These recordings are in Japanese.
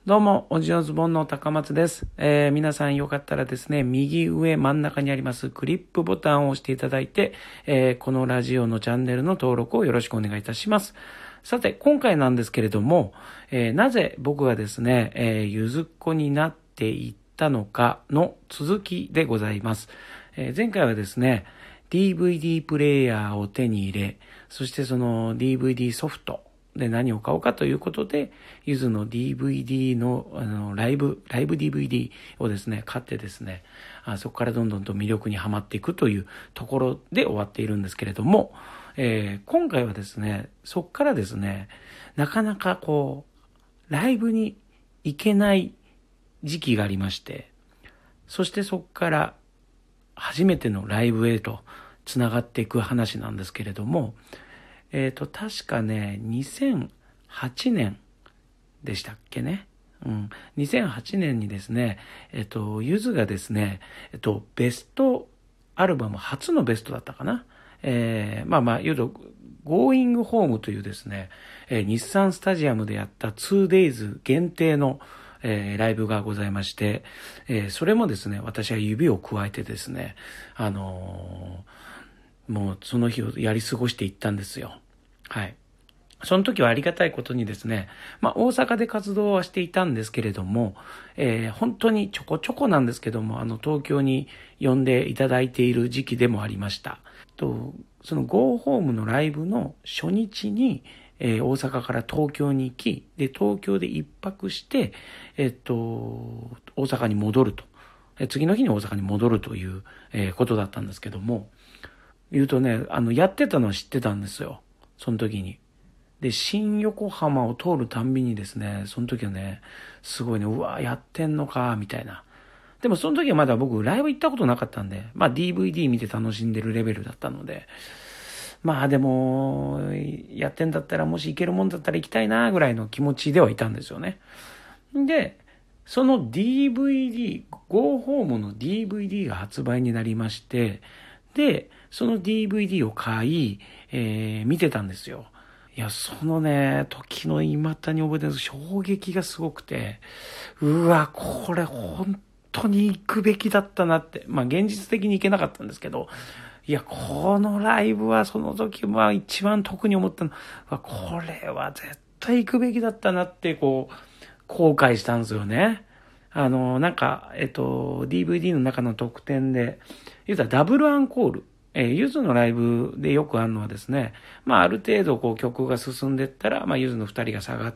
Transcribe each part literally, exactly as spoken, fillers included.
どうも、おじのズボンの高松です。えー、皆さんよかったらですね、右上真ん中にありますクリップボタンを押していただいて、えー、このラジオのチャンネルの登録をよろしくお願いいたします。さて、今回なんですけれども、えー、なぜ僕がですね、えー、ゆずっこになっていったのかの続きでございます。えー、前回はですね、ディーブイディー プレイヤーを手に入れ、そしてその ディーブイディー ソフト、で何を買おうかということで、ゆずの ディーブイディー の, あのライブ、ライブ ディーブイディー をですね、買ってですね、あそこからどんどんと魅力にはまっていくというところで終わっているんですけれども、えー、今回はですね、そこからですね、なかなかこう、ライブに行けない時期がありまして、そしてそこから初めてのライブへとつながっていく話なんですけれども、えっと、確かね、にせんはちねんでしたっけね。うん。にせんはちねんにですね、えっと、ゆずがですね、えっと、ベストアルバム、初のベストだったかな。えー、まあまあ、ゆず、Going Home というですね、えー、日産スタジアムでやった ツーデイズ 限定の、えー、ライブがございまして、えー、それもですね、私は指を加えてですね、あのー、もうその日をやり過ごしていったんですよ。はい。その時はありがたいことにですね、まあ大阪で活動はしていたんですけれども、えー、本当にちょこちょこなんですけども、あの東京に呼んでいただいている時期でもありました。と、その Go Home のライブの初日に、えー、大阪から東京に行き、で、東京で一泊して、えっと、大阪に戻ると。次の日に大阪に戻るという、えー、ことだったんですけども、言うとね、あの、やってたのは知ってたんですよ。その時に。で、新横浜を通るたんびにですね、その時はね、すごいね、うわ、やってんのか、みたいな。でもその時はまだ僕、ライブ行ったことなかったんで、まあ ディーブイディー 見て楽しんでるレベルだったので、まあでも、やってんだったら、もし行けるもんだったら行きたいな、ぐらいの気持ちではいたんですよね。で、その ディーブイディー、Go Home の ディーブイディー が発売になりまして、で、その ディーブイディー を買い、えー、見てたんですよ。いや、そのね、時の未だに覚えてるんです。衝撃がすごくて、うわ、これ本当に行くべきだったなって。まあ、現実的に行けなかったんですけど、いや、このライブはその時は一番特に思ったのは、これは絶対行くべきだったなって、こう、後悔したんですよね。あの、なんか、えっと、ディーブイディー の中の特典で、言うたらダブルアンコール。えー、ゆずのライブでよくあるのはですね、まあ、ある程度こう曲が進んでいったら、まあ、ゆずの二人が下がって、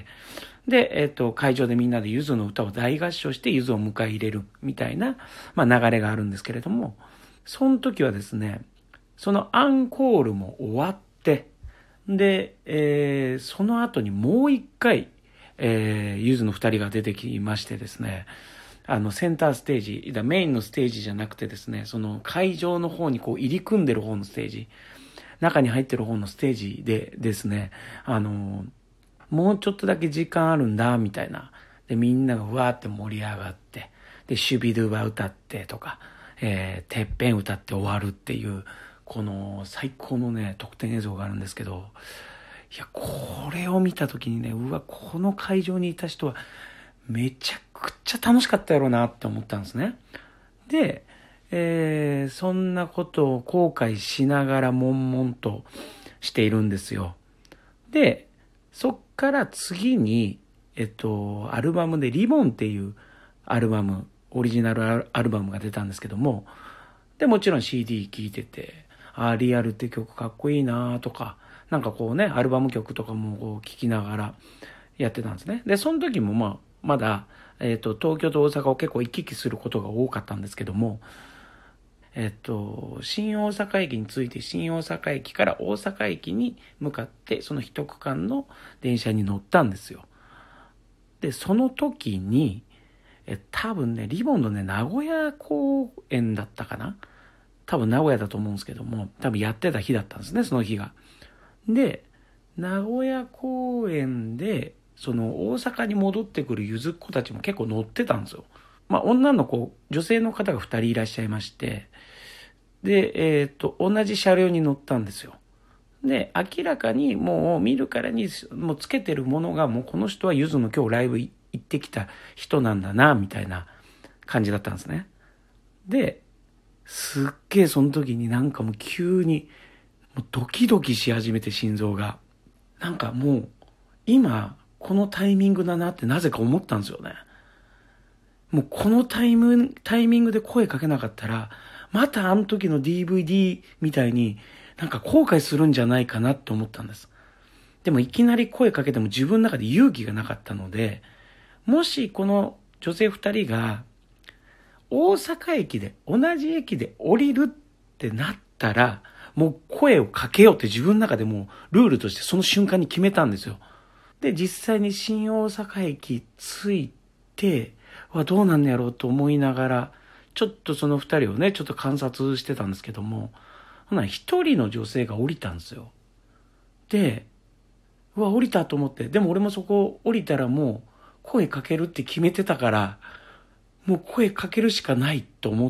で、えっと、会場でみんなでゆずの歌を大合唱してゆずを迎え入れるみたいな、まあ、流れがあるんですけれども、その時はですね、そのアンコールも終わって、で、えー、その後にもう一回、えー、ゆずの二人が出てきましてですね、あの、センターステージ、メインのステージじゃなくてですね、その会場の方にこう入り組んでる方のステージ、中に入ってる方のステージでですね、あの、もうちょっとだけ時間あるんだ、みたいな。で、みんながわーって盛り上がって、で、シュビドゥバ歌ってとか、えー、てっぺん歌って終わるっていう、この最高のね、特典映像があるんですけど、いや、これを見たときにね、うわ、この会場にいた人は、めちゃくちゃ楽しかったやろうなって思ったんですね。で、えー、そんなことを後悔しながら悶々としているんですよ。で、そっから次に、えっと、アルバムでリボンっていうアルバム、オリジナルアルバムが出たんですけども、で、もちろん シーディー 聴いてて、あー、リアルって曲かっこいいなとか、なんかこうね、アルバム曲とかもこう聴きながらやってたんですね。で、その時もまあ、まだ、えっと、東京と大阪を結構行き来することが多かったんですけども、えっと、新大阪駅に着いて、新大阪駅から大阪駅に向かって、その一区間の電車に乗ったんですよ。で、その時に、え、多分ね、リボンのね、名古屋公演だったかな？多分名古屋だと思うんですけども、多分やってた日だったんですね、その日が。で、名古屋公演で、その大阪に戻ってくるゆずっ子たちも結構乗ってたんですよ。まあ女の子、女性の方が二人いらっしゃいまして、で、えっと、同じ車両に乗ったんですよ。で、明らかにもう見るからに、もうつけてるものが、もうこの人はゆずの今日ライブ行行ってきた人なんだな、みたいな感じだったんですね。で、すっげえその時になんかもう急にもうドキドキし始めて心臓が。なんかもう今このタイミングだなってなぜか思ったんですよね。もうこのタイム、タイミングで声かけなかったら、またあの時の ディーブイディー みたいになんか後悔するんじゃないかなって思ったんです。でもいきなり声かけても自分の中で勇気がなかったので、もしこの女性二人が大阪駅で同じ駅で降りるってなったら、もう声をかけようって自分の中でもうルールとしてその瞬間に決めたんですよ。で、実際に新大阪駅着いて、はどうなんのやろうと思いながら、ちょっとその二人をね、ちょっと観察してたんですけども、ほな一人の女性が降りたんですよ。で、うわ、降りたと思って、でも俺もそこ降りたらもう声かけるって決めてたから、もう声かけるしかないと思って、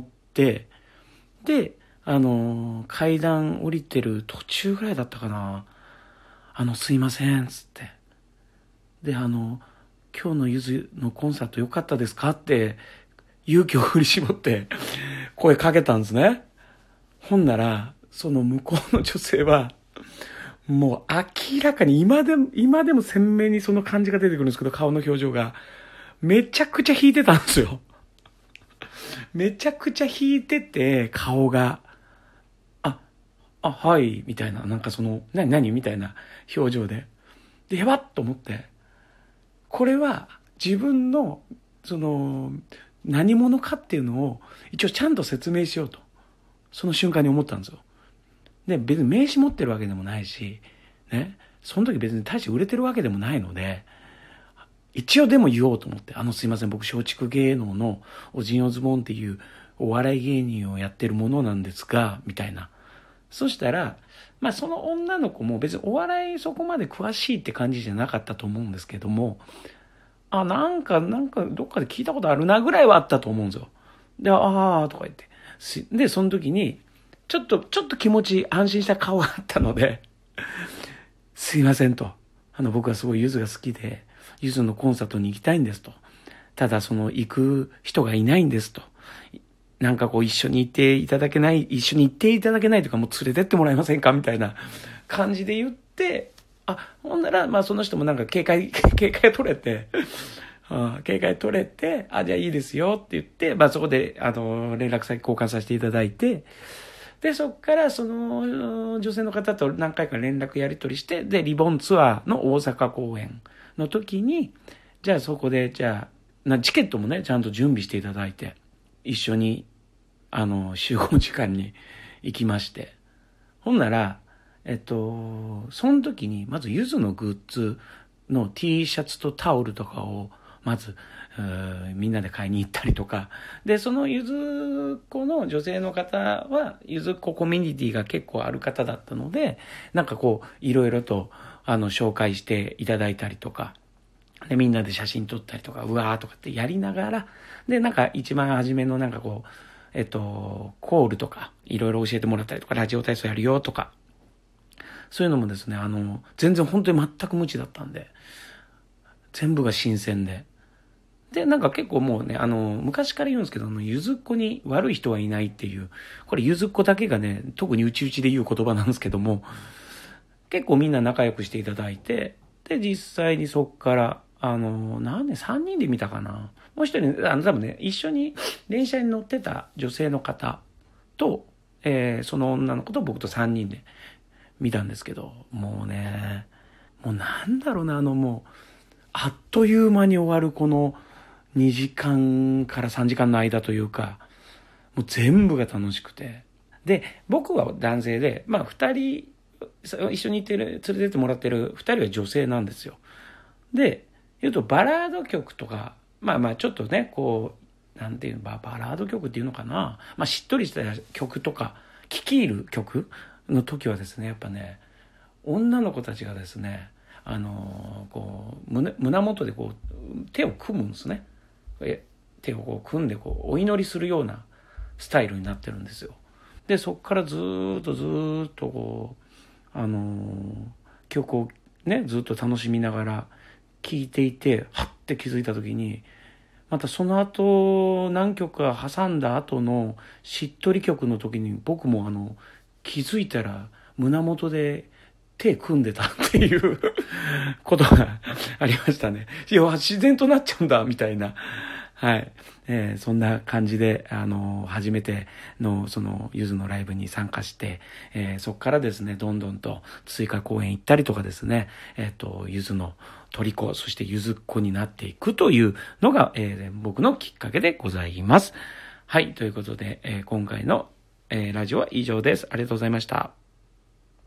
で、あのー、階段降りてる途中ぐらいだったかな。あの、すいません、つって。で、あの、今日のゆずのコンサート良かったですかって勇気を振り絞って声かけたんですね。ほんなら、その向こうの女性は、もう明らかに今でも、今でも鮮明にその感じが出てくるんですけど、顔の表情が。めちゃくちゃ引いてたんですよ。めちゃくちゃ引いてて、顔が。あ、あ、はい、みたいな、なんかその、何、何みたいな表情で。で、やばっと思って、これは自分の、その、何者かっていうのを一応ちゃんと説明しようと。その瞬間に思ったんですよ。で、別に名刺持ってるわけでもないし、ね、その時別に大して売れてるわけでもないので、一応でも言おうと思って、あのすいません、僕松竹芸能のおじんおズボンっていうお笑い芸人をやってるものなんですが、みたいな。そしたら、まあその女の子も別にお笑いそこまで詳しいって感じじゃなかったと思うんですけども、あ、なんか、なんかどっかで聞いたことあるなぐらいはあったと思うんですよ。で、ああ、とか言って。で、その時に、ちょっと、ちょっと気持ち安心した顔があったので、すいませんと。あの、僕はすごいゆずが好きで、ゆずのコンサートに行きたいんですと。ただ、その、行く人がいないんですと。なんかこう、一緒に行っていただけない、一緒に行っていただけないとか、もう連れてってもらえませんかみたいな感じで言って、あ、ほんなら、まあその人もなんか警戒、警戒取れて、あ警戒取れて、あ、じゃあいいですよって言って、まあそこで、あの、連絡先交換させていただいて、で、そっからその女性の方と何回か連絡やり取りして、で、リボンツアーの大阪公演の時に、じゃあそこで、じゃあ、なチケットもね、ちゃんと準備していただいて、一緒に、あの、集合時間に行きまして。ほんなら、えっと、その時に、まずゆずのグッズの T シャツとタオルとかを、まず、みんなで買いに行ったりとか。で、そのゆずっ子の女性の方は、ゆずっ子コミュニティが結構ある方だったので、なんかこう、いろいろと、あの、紹介していただいたりとか、で、みんなで写真撮ったりとか、うわーとかってやりながら、で、なんか一番初めのなんかこう、えっと、コールとか、いろいろ教えてもらったりとか、ラジオ体操やるよとか、そういうのもですね、あの、全然本当に全く無知だったんで、全部が新鮮で。で、なんか結構もうね、あの、昔から言うんですけど、あの、ゆずっ子に悪い人はいないっていう、これゆずっ子だけがね、特にうちうちで言う言葉なんですけども、結構みんな仲良くしていただいて、で、実際にそっから、あの、何年、さんにんで見たかな。もう一人、あの、多分ね、一緒に電車に乗ってた女性の方と、えー、その女の子と僕とさんにんで見たんですけど、もうね、もうなんだろうな、あのもう、あっという間に終わるこのにじかんからさんじかんの間というか、もう全部が楽しくて。で、僕は男性で、まあ二人、一緒に行ってる、連れてってもらってる二人は女性なんですよ。で、言うとバラード曲とか、まあまあちょっとね、こう、なんていうの、バラード曲っていうのかな。まあしっとりした曲とか、聴き入る曲の時はですね、やっぱね、女の子たちがですね、あのー、こう胸、胸元でこう手を組むんですね。手をこう組んでこうお祈りするようなスタイルになってるんですよ。で、そこからずーっとずーっとこう、あのー、曲をね、ずっと楽しみながら聴いていて、はって気づいた時に、またその後、何曲か挟んだ後のしっとり曲の時に僕もあの、気づいたら胸元で手組んでたっていうことがありましたね。いや、自然となっちゃうんだ、みたいな。はい。えー、そんな感じで、あの、初めての、その、ゆずのライブに参加して、えー、そこからですね、どんどんと追加公演行ったりとかですね、えっと、ゆずの虜、そしてゆずっ子になっていくというのが、えー、僕のきっかけでございます。はい。ということで、えー、今回の、えー、ラジオは以上です。ありがとうございました。